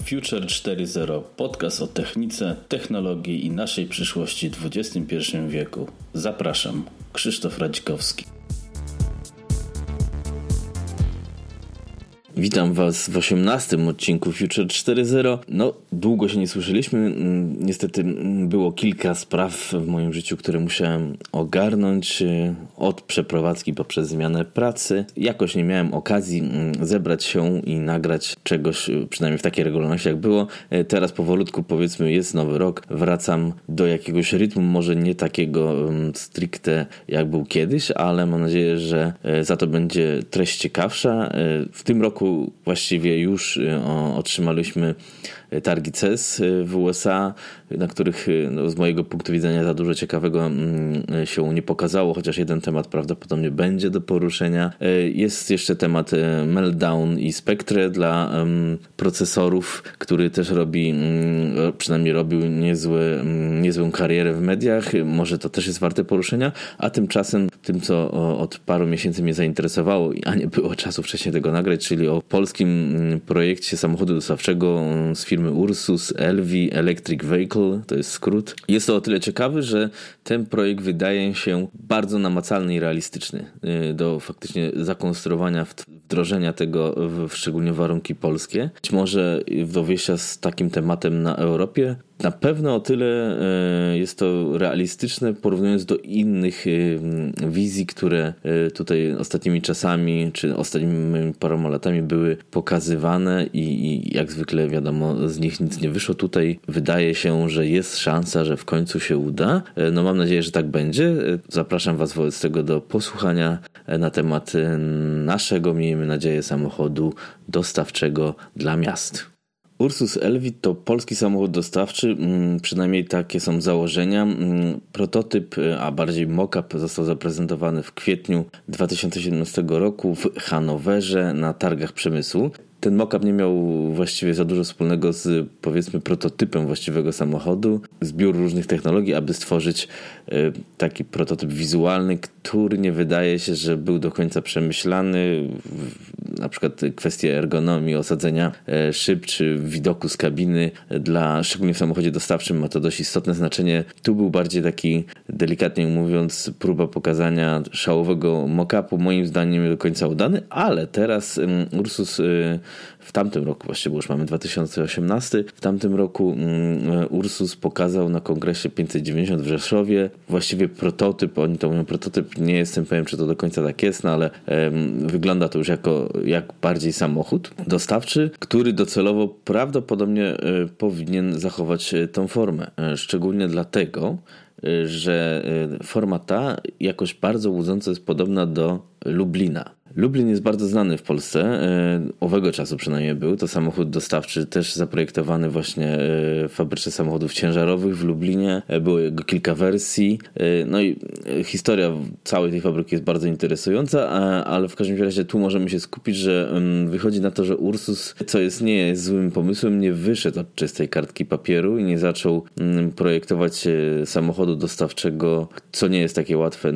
Future 4.0. Podcast o technice, technologii i naszej przyszłości w XXI wieku. Zapraszam, Krzysztof Radzikowski. Witam Was w 18. odcinku Future 4.0. Długo się nie słyszeliśmy. Niestety było kilka spraw w moim życiu, które musiałem ogarnąć. Od przeprowadzki poprzez zmianę pracy. Jakoś nie miałem okazji zebrać się i nagrać czegoś, przynajmniej w takiej regularności jak było. Teraz powolutku, powiedzmy, jest nowy rok. Wracam do jakiegoś rytmu, może nie takiego stricte jak był kiedyś, ale mam nadzieję, że za to będzie treść ciekawsza. W tym roku właściwie już otrzymaliśmy targi CES w USA, na których z mojego punktu widzenia za dużo ciekawego się nie pokazało, chociaż jeden temat prawdopodobnie będzie do poruszenia. Jest jeszcze temat Meltdown i Spectre dla procesorów, który też przynajmniej robił niezłą karierę w mediach. Może to też jest warte poruszenia, a tymczasem tym, co od paru miesięcy mnie zainteresowało, a nie było czasu wcześniej tego nagrać, czyli o polskim projekcie samochodu dostawczego z firmy Ursus Elvi Electric Vehicle, to jest skrót. Jest to o tyle ciekawy, że ten projekt wydaje się bardzo namacalny i realistyczny do faktycznie zakonstruowania, wdrożenia tego w szczególnie warunki polskie. Być może do wyjścia z takim tematem na Europie. Na pewno o tyle jest to realistyczne, porównując do innych wizji, które tutaj ostatnimi czasami, czy ostatnimi paroma latami były pokazywane i jak zwykle wiadomo, z nich nic nie wyszło. Tutaj wydaje się, że jest szansa, że w końcu się uda. Mam nadzieję, że tak będzie. Zapraszam Was wobec tego do posłuchania na temat naszego, miejmy nadzieję, samochodu dostawczego dla miast. Ursus Elvi to polski samochód dostawczy, przynajmniej takie są założenia. Prototyp, a bardziej mock-up został zaprezentowany w kwietniu 2017 roku w Hanowerze na targach przemysłu. Ten mock-up nie miał właściwie za dużo wspólnego z, powiedzmy, prototypem właściwego samochodu. Zbiór różnych technologii, aby stworzyć taki prototyp wizualny, który nie wydaje się, że był do końca przemyślany. Na przykład kwestie ergonomii, osadzenia szyb czy widoku z kabiny, szczególnie w samochodzie dostawczym ma to dość istotne znaczenie. Tu był bardziej taki, delikatnie mówiąc, próba pokazania szałowego mock-upu, moim zdaniem nie do końca udany, ale teraz Ursus w tamtym roku, właściwie już mamy 2018, w tamtym roku Ursus pokazał na kongresie 590 w Rzeszowie właściwie prototyp, oni to mówią prototyp, nie jestem pewien, czy to do końca tak jest, ale wygląda to już jak bardziej samochód dostawczy, który docelowo prawdopodobnie powinien zachować tą formę. Szczególnie dlatego, że forma ta jakoś bardzo łudząco jest podobna do Lublina. Lublin jest bardzo znany w Polsce, owego czasu przynajmniej był. To samochód dostawczy też zaprojektowany właśnie w fabryce samochodów ciężarowych w Lublinie. Było jego kilka wersji. I historia całej tej fabryki jest bardzo interesująca, ale w każdym razie tu możemy się skupić, że wychodzi na to, że Ursus, nie jest złym pomysłem, nie wyszedł od czystej kartki papieru i nie zaczął projektować samochodu dostawczego, co nie jest takie łatwe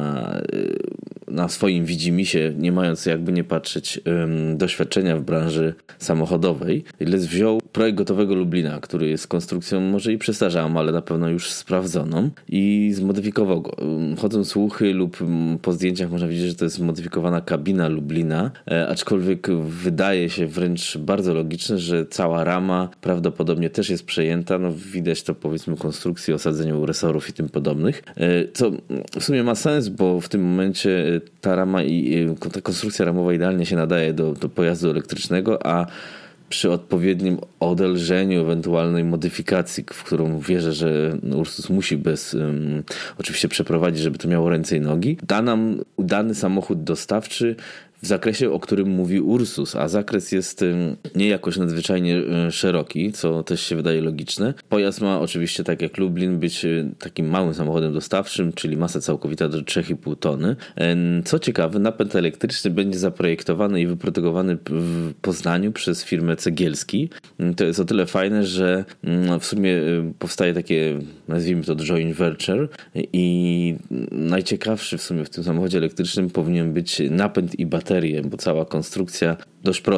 na swoim widzimisię, nie mając jakby nie patrzeć doświadczenia w branży samochodowej. Lecz wziął projekt gotowego Lublina, który jest konstrukcją może i przestarzałą, ale na pewno już sprawdzoną i zmodyfikował go. Chodzą słuchy lub po zdjęciach można widzieć, że to jest zmodyfikowana kabina Lublina, aczkolwiek wydaje się wręcz bardzo logiczne, że cała rama prawdopodobnie też jest przejęta. Widać to, powiedzmy, konstrukcji, osadzeniu resorów i tym podobnych, co w sumie ma sens, bo w tym momencie ta rama ta konstrukcja ramowa idealnie się nadaje do pojazdu elektrycznego, a przy odpowiednim odelżeniu, ewentualnej modyfikacji, w którą wierzę, że Ursus musi oczywiście przeprowadzić, żeby to miało ręce i nogi, da nam udany samochód dostawczy w zakresie, o którym mówi Ursus, a zakres jest nie jakoś nadzwyczajnie szeroki, co też się wydaje logiczne. Pojazd ma oczywiście, tak jak Lublin, być takim małym samochodem dostawczym, czyli masa całkowita do 3,5 tony. Co ciekawe, napęd elektryczny będzie zaprojektowany i wyprodukowany w Poznaniu przez firmę Cegielski. To jest o tyle fajne, że w sumie powstaje takie, nazwijmy to joint venture i najciekawszy w sumie w tym samochodzie elektrycznym powinien być napęd i bateria, bo cała konstrukcja dość prosta.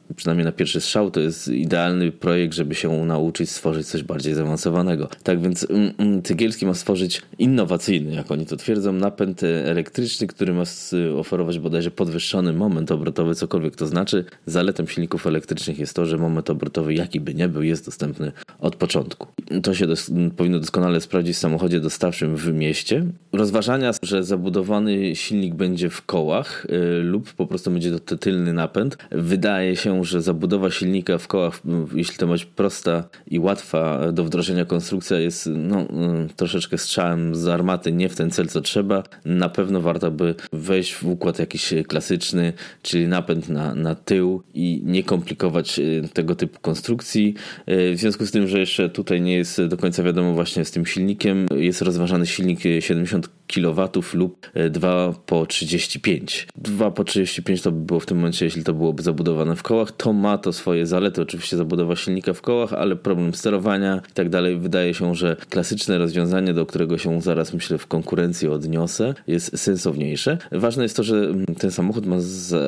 przynajmniej na pierwszy strzał to jest idealny projekt, żeby się nauczyć stworzyć coś bardziej zaawansowanego. Tak więc Cegielski ma stworzyć innowacyjny, jak oni to twierdzą, napęd elektryczny, który ma oferować bodajże podwyższony moment obrotowy, cokolwiek to znaczy. Zaletą silników elektrycznych jest to, że moment obrotowy, jaki by nie był, jest dostępny od początku. To się powinno doskonale sprawdzić w samochodzie dostawczym w mieście. Rozważania, że zabudowany silnik będzie w kołach lub po prostu będzie to tylny napęd. Wydaje się, że zabudowa silnika w kołach, jeśli to ma być prosta i łatwa do wdrożenia konstrukcja, jest troszeczkę strzałem z armaty, nie w ten cel, co trzeba. Na pewno warto by wejść w układ jakiś klasyczny, czyli napęd na tył i nie komplikować tego typu konstrukcji. W związku z tym, że jeszcze tutaj nie jest do końca wiadomo właśnie z tym silnikiem, jest rozważany silnik 70 kW lub 2 po 35. 2 po 35 to by było w tym momencie, jeśli to byłoby zabudowane w kołach. To ma to swoje zalety, oczywiście zabudowa silnika w kołach, ale problem sterowania i tak dalej. Wydaje się, że klasyczne rozwiązanie, do którego się zaraz myślę w konkurencji odniosę, jest sensowniejsze. Ważne jest to, że ten samochód ma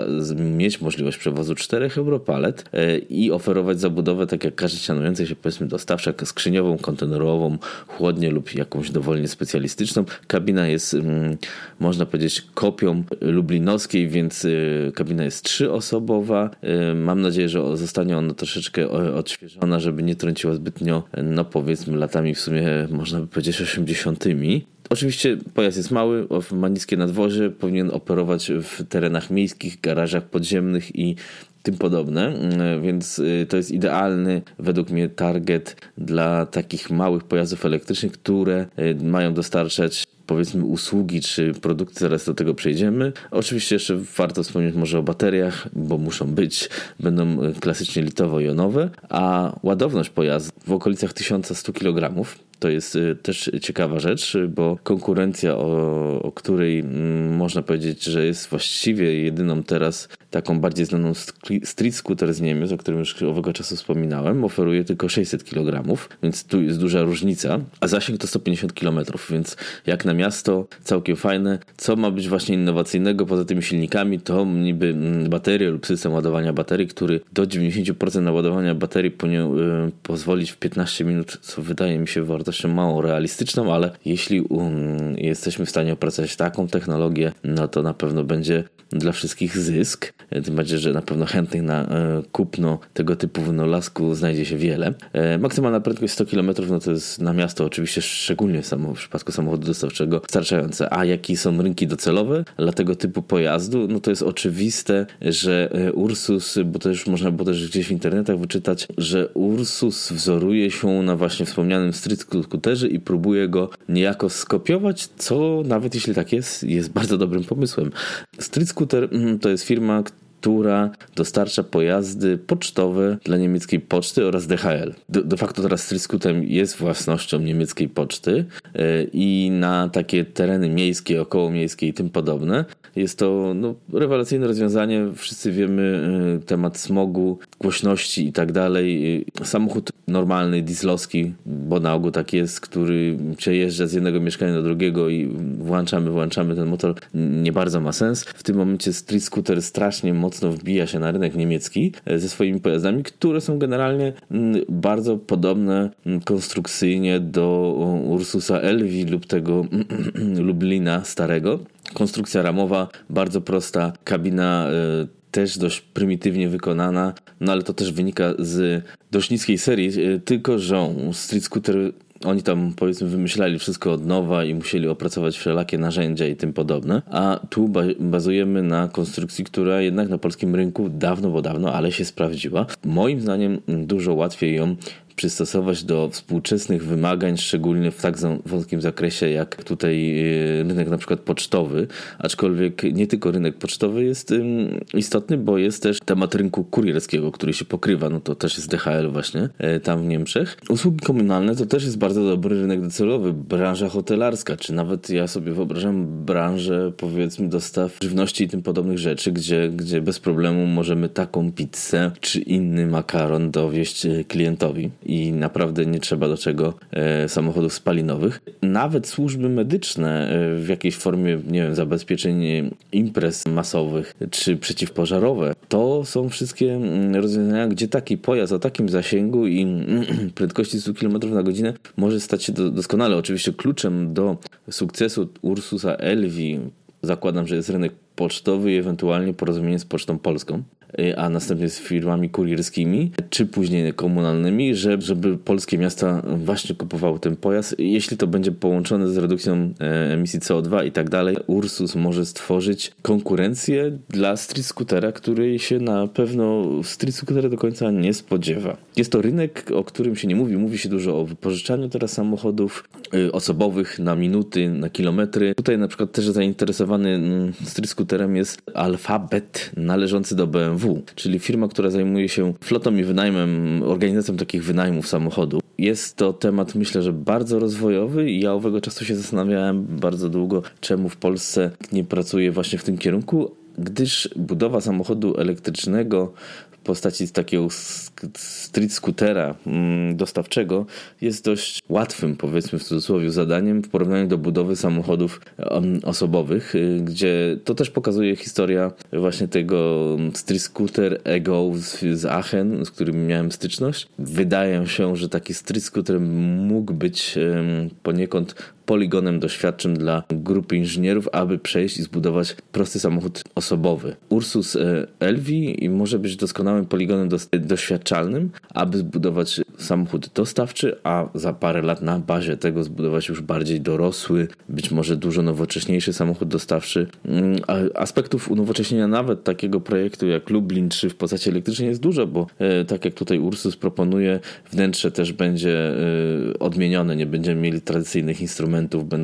mieć możliwość przewozu 4 Europalet i oferować zabudowę tak jak każdy szanujący się powiedzmy dostawczak skrzyniową, kontenerową, chłodnię lub jakąś dowolnie specjalistyczną. Kabina jest, można powiedzieć, kopią lublinowskiej, więc kabina jest 3-osobowa. Mam nadzieję, że zostanie ona troszeczkę odświeżona, żeby nie trąciła zbytnio, powiedzmy latami w sumie można by powiedzieć 80. Oczywiście pojazd jest mały, ma niskie nadwozie, powinien operować w terenach miejskich, garażach podziemnych i tym podobne, więc to jest idealny według mnie target dla takich małych pojazdów elektrycznych, które mają dostarczać powiedzmy usługi czy produkty, zaraz do tego przejdziemy. Oczywiście jeszcze warto wspomnieć może o bateriach, bo muszą być, będą klasycznie litowo-jonowe, a ładowność pojazdu w okolicach 1100 kg. To jest też ciekawa rzecz, bo konkurencja, o której można powiedzieć, że jest właściwie jedyną teraz taką bardziej znaną street scooter z Niemiec, o którym już owego czasu wspominałem, oferuje tylko 600 kg, więc tu jest duża różnica, a zasięg to 150 km, więc jak na miasto całkiem fajne. Co ma być właśnie innowacyjnego poza tymi silnikami, to niby baterie lub system ładowania baterii, który do 90% naładowania baterii powinien pozwolić w 15 minut, co wydaje mi się wartością mało realistyczną, ale jeśli jesteśmy w stanie opracować taką technologię, no to na pewno będzie dla wszystkich zysk. Tym bardziej, że na pewno chętnych na kupno tego typu wynalazku znajdzie się wiele. Maksymalna prędkość 100 km, no to jest na miasto oczywiście, szczególnie w przypadku samochodu dostawczego, wystarczające. A jakie są rynki docelowe dla tego typu pojazdu? No to jest oczywiste, że Ursus, bo to już można było też gdzieś w internetach wyczytać, że Ursus wzoruje się na właśnie wspomnianym street scooterze i próbuje go niejako skopiować, co nawet jeśli tak jest bardzo dobrym pomysłem. Street Scooter to jest firma, która dostarcza pojazdy pocztowe dla niemieckiej poczty oraz DHL. De facto teraz Street Scooter jest własnością niemieckiej poczty i na takie tereny miejskie, okołomiejskie i tym podobne jest to rewelacyjne rozwiązanie. Wszyscy wiemy temat smogu, głośności i tak dalej. Samochód normalny, dieslowski, bo na ogół tak jest, który przejeżdża z jednego mieszkania do drugiego i włączamy ten motor, nie bardzo ma sens. W tym momencie Street Scooter strasznie mocno wbija się na rynek niemiecki ze swoimi pojazdami, które są generalnie bardzo podobne konstrukcyjnie do Ursusa Elvi lub tego Lublina starego. Konstrukcja ramowa, bardzo prosta, kabina też dość prymitywnie wykonana, ale to też wynika z dość niskiej serii, tylko że Street Scooter oni tam powiedzmy wymyślali wszystko od nowa i musieli opracować wszelakie narzędzia i tym podobne, a tu bazujemy na konstrukcji, która jednak na polskim rynku dawno, ale się sprawdziła. Moim zdaniem dużo łatwiej ją przystosować do współczesnych wymagań, szczególnie w tak wąskim zakresie jak tutaj rynek na przykład pocztowy, aczkolwiek nie tylko rynek pocztowy jest istotny, bo jest też temat rynku kurierskiego, który się pokrywa, no to też jest DHL właśnie tam w Niemczech. Usługi komunalne to też jest bardzo dobry rynek docelowy, branża hotelarska, czy nawet ja sobie wyobrażam branżę powiedzmy dostaw żywności i tym podobnych rzeczy, gdzie bez problemu możemy taką pizzę czy inny makaron dowieść klientowi. i naprawdę nie trzeba do czego samochodów spalinowych. Nawet służby medyczne w jakiejś formie, nie wiem, zabezpieczeń imprez masowych czy przeciwpożarowe, to są wszystkie rozwiązania, gdzie taki pojazd o takim zasięgu i prędkości 100 km na godzinę może stać się doskonale. Oczywiście kluczem do sukcesu Ursusa Elvi zakładam, że jest rynek pocztowy i ewentualnie porozumienie z Pocztą Polską, a następnie z firmami kurierskimi, czy później komunalnymi, żeby polskie miasta właśnie kupowały ten pojazd. Jeśli to będzie połączone z redukcją emisji CO2 i tak dalej, Ursus może stworzyć konkurencję dla street scootera, której się na pewno street scooter do końca nie spodziewa. Jest to rynek, o którym się nie mówi. Mówi się dużo o wypożyczaniu teraz samochodów osobowych na minuty, na kilometry. Tutaj na przykład też zainteresowany street scooterem jest Alphabet, należący do BMW. Czyli firma, która zajmuje się flotą i wynajmem, organizacją takich wynajmów samochodu. Jest to temat, myślę, że bardzo rozwojowy i ja owego czasu się zastanawiałem bardzo długo, czemu w Polsce nie pracuje właśnie w tym kierunku, gdyż budowa samochodu elektrycznego w postaci takiego street scootera dostawczego jest dość łatwym, powiedzmy w cudzysłowie, zadaniem w porównaniu do budowy samochodów osobowych, gdzie to też pokazuje historia właśnie tego street scooter Ego z Aachen, z którym miałem styczność. Wydaje się, że taki street scooter mógł być poniekąd poligonem doświadczym dla grupy inżynierów, aby przejść i zbudować prosty samochód osobowy. Ursus Elvi może być doskonałym poligonem doświadczalnym, aby zbudować samochód dostawczy, a za parę lat na bazie tego zbudować już bardziej dorosły, być może dużo nowocześniejszy samochód dostawczy. Aspektów unowocześnienia nawet takiego projektu jak Lublin 3 w postaci elektrycznej jest dużo, bo tak jak tutaj Ursus proponuje, wnętrze też będzie odmienione, nie będziemy mieli tradycyjnych instrumentów,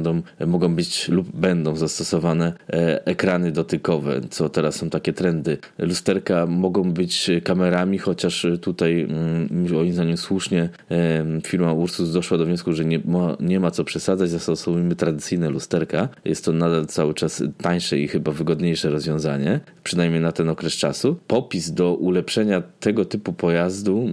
mogą być lub będą zastosowane ekrany dotykowe, co teraz są takie trendy. Lusterka mogą być kamerami, chociaż tutaj moim zdaniem słusznie firma Ursus doszła do wniosku, że nie ma co przesadzać, zastosujemy tradycyjne lusterka. Jest to nadal cały czas tańsze i chyba wygodniejsze rozwiązanie, przynajmniej na ten okres czasu. Popis do ulepszenia tego typu pojazdu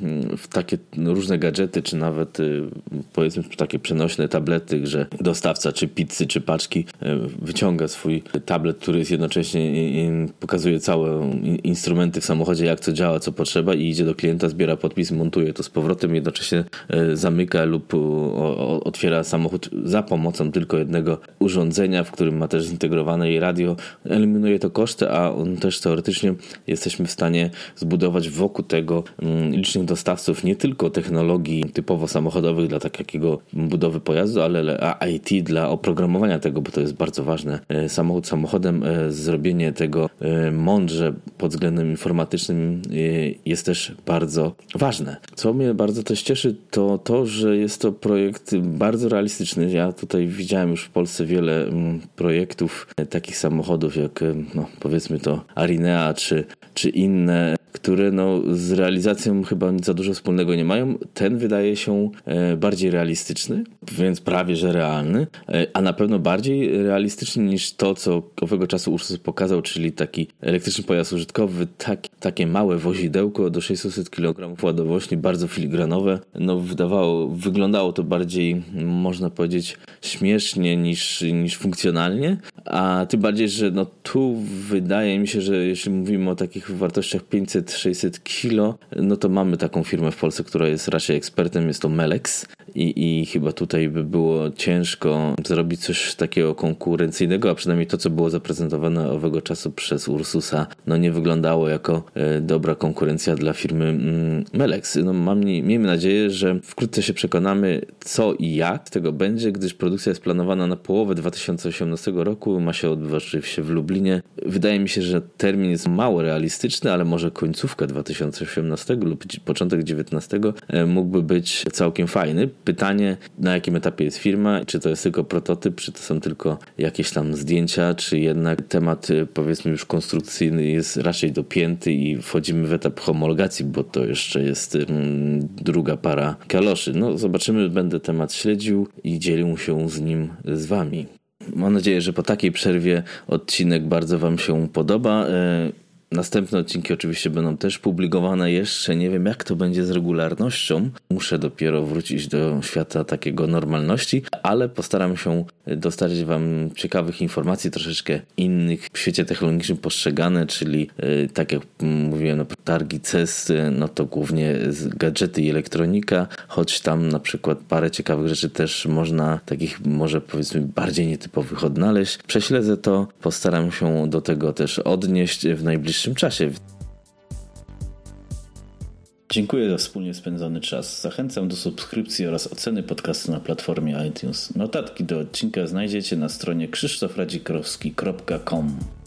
w takie różne gadżety, czy nawet powiedzmy takie przenośne tablety, że dostawca czy pizzy, czy paczki wyciąga swój tablet, który jest jednocześnie pokazuje całe instrumenty w samochodzie, jak co działa, co potrzeba i idzie do klienta, zbiera podpis, montuje to z powrotem, jednocześnie zamyka lub otwiera samochód za pomocą tylko jednego urządzenia, w którym ma też zintegrowane radio. Eliminuje to koszty, a on też teoretycznie jesteśmy w stanie zbudować wokół tego licznych dostawców nie tylko technologii typowo samochodowych dla takiego budowy pojazdu, ale IT dla oprogramowania tego, bo to jest bardzo ważne. Samochód samochodem, zrobienie tego mądrze pod względem informatycznym jest też bardzo ważne. Co mnie bardzo też cieszy, to, że jest to projekt bardzo realistyczny. Ja tutaj widziałem już w Polsce wiele projektów takich samochodów jak powiedzmy to Arinea czy inne, które z realizacją chyba nic za dużo wspólnego nie mają. Ten wydaje się bardziej realistyczny, więc prawie że realny, a na pewno bardziej realistyczny niż to, co owego czasu Ursus pokazał, czyli taki elektryczny pojazd użytkowy, takie małe wozidełko do 600 kg ładowości, bardzo filigranowe. Wyglądało to bardziej, można powiedzieć, śmiesznie niż funkcjonalnie, a tym bardziej, że tu wydaje mi się, że jeśli mówimy o takich wartościach 500-600 kg, to mamy taką firmę w Polsce, która jest raczej ekspertem, jest to Melex i chyba tutaj by było ciężko zrobić coś takiego konkurencyjnego, a przynajmniej to, co było zaprezentowane owego czasu przez Ursusa, nie wyglądało jako dobra konkurencja dla firmy Melex. Miejmy nadzieję, że wkrótce się przekonamy, co i jak z tego będzie, gdyż produkcja jest planowana na połowę 2018 roku, ma się odbywać oczywiście w Lublinie. Wydaje mi się, że termin jest mało realistyczny, ale może końcówka 2018 lub początek 2019 mógłby być całkiem fajny. Pytanie, na jakim etapie jest firma, czy to jest tylko prototyp, czy to są tylko jakieś tam zdjęcia, czy jednak temat, powiedzmy już konstrukcyjny jest raczej dopięty i wchodzimy w etap homologacji, bo to jeszcze jest druga para kaloszy. Zobaczymy, będę temat śledził i dzielił się z nim z wami. Mam nadzieję, że po takiej przerwie odcinek bardzo wam się podoba. Następne odcinki oczywiście będą też publikowane. Jeszcze nie wiem, jak to będzie z regularnością. Muszę dopiero wrócić do świata takiego normalności, ale postaram się dostarczyć wam ciekawych informacji, troszeczkę innych w świecie technologicznym postrzegane, czyli tak jak mówiłem, targi CES, no to głównie gadżety i elektronika, choć tam na przykład parę ciekawych rzeczy też można, takich może powiedzmy bardziej nietypowych odnaleźć. Prześledzę to, postaram się do tego też odnieść w najbliższym czasie. Dziękuję za wspólnie spędzony czas. Zachęcam do subskrypcji oraz oceny podcastu na platformie iTunes. Notatki do odcinka znajdziecie na stronie krzysztofradzikrowski.com.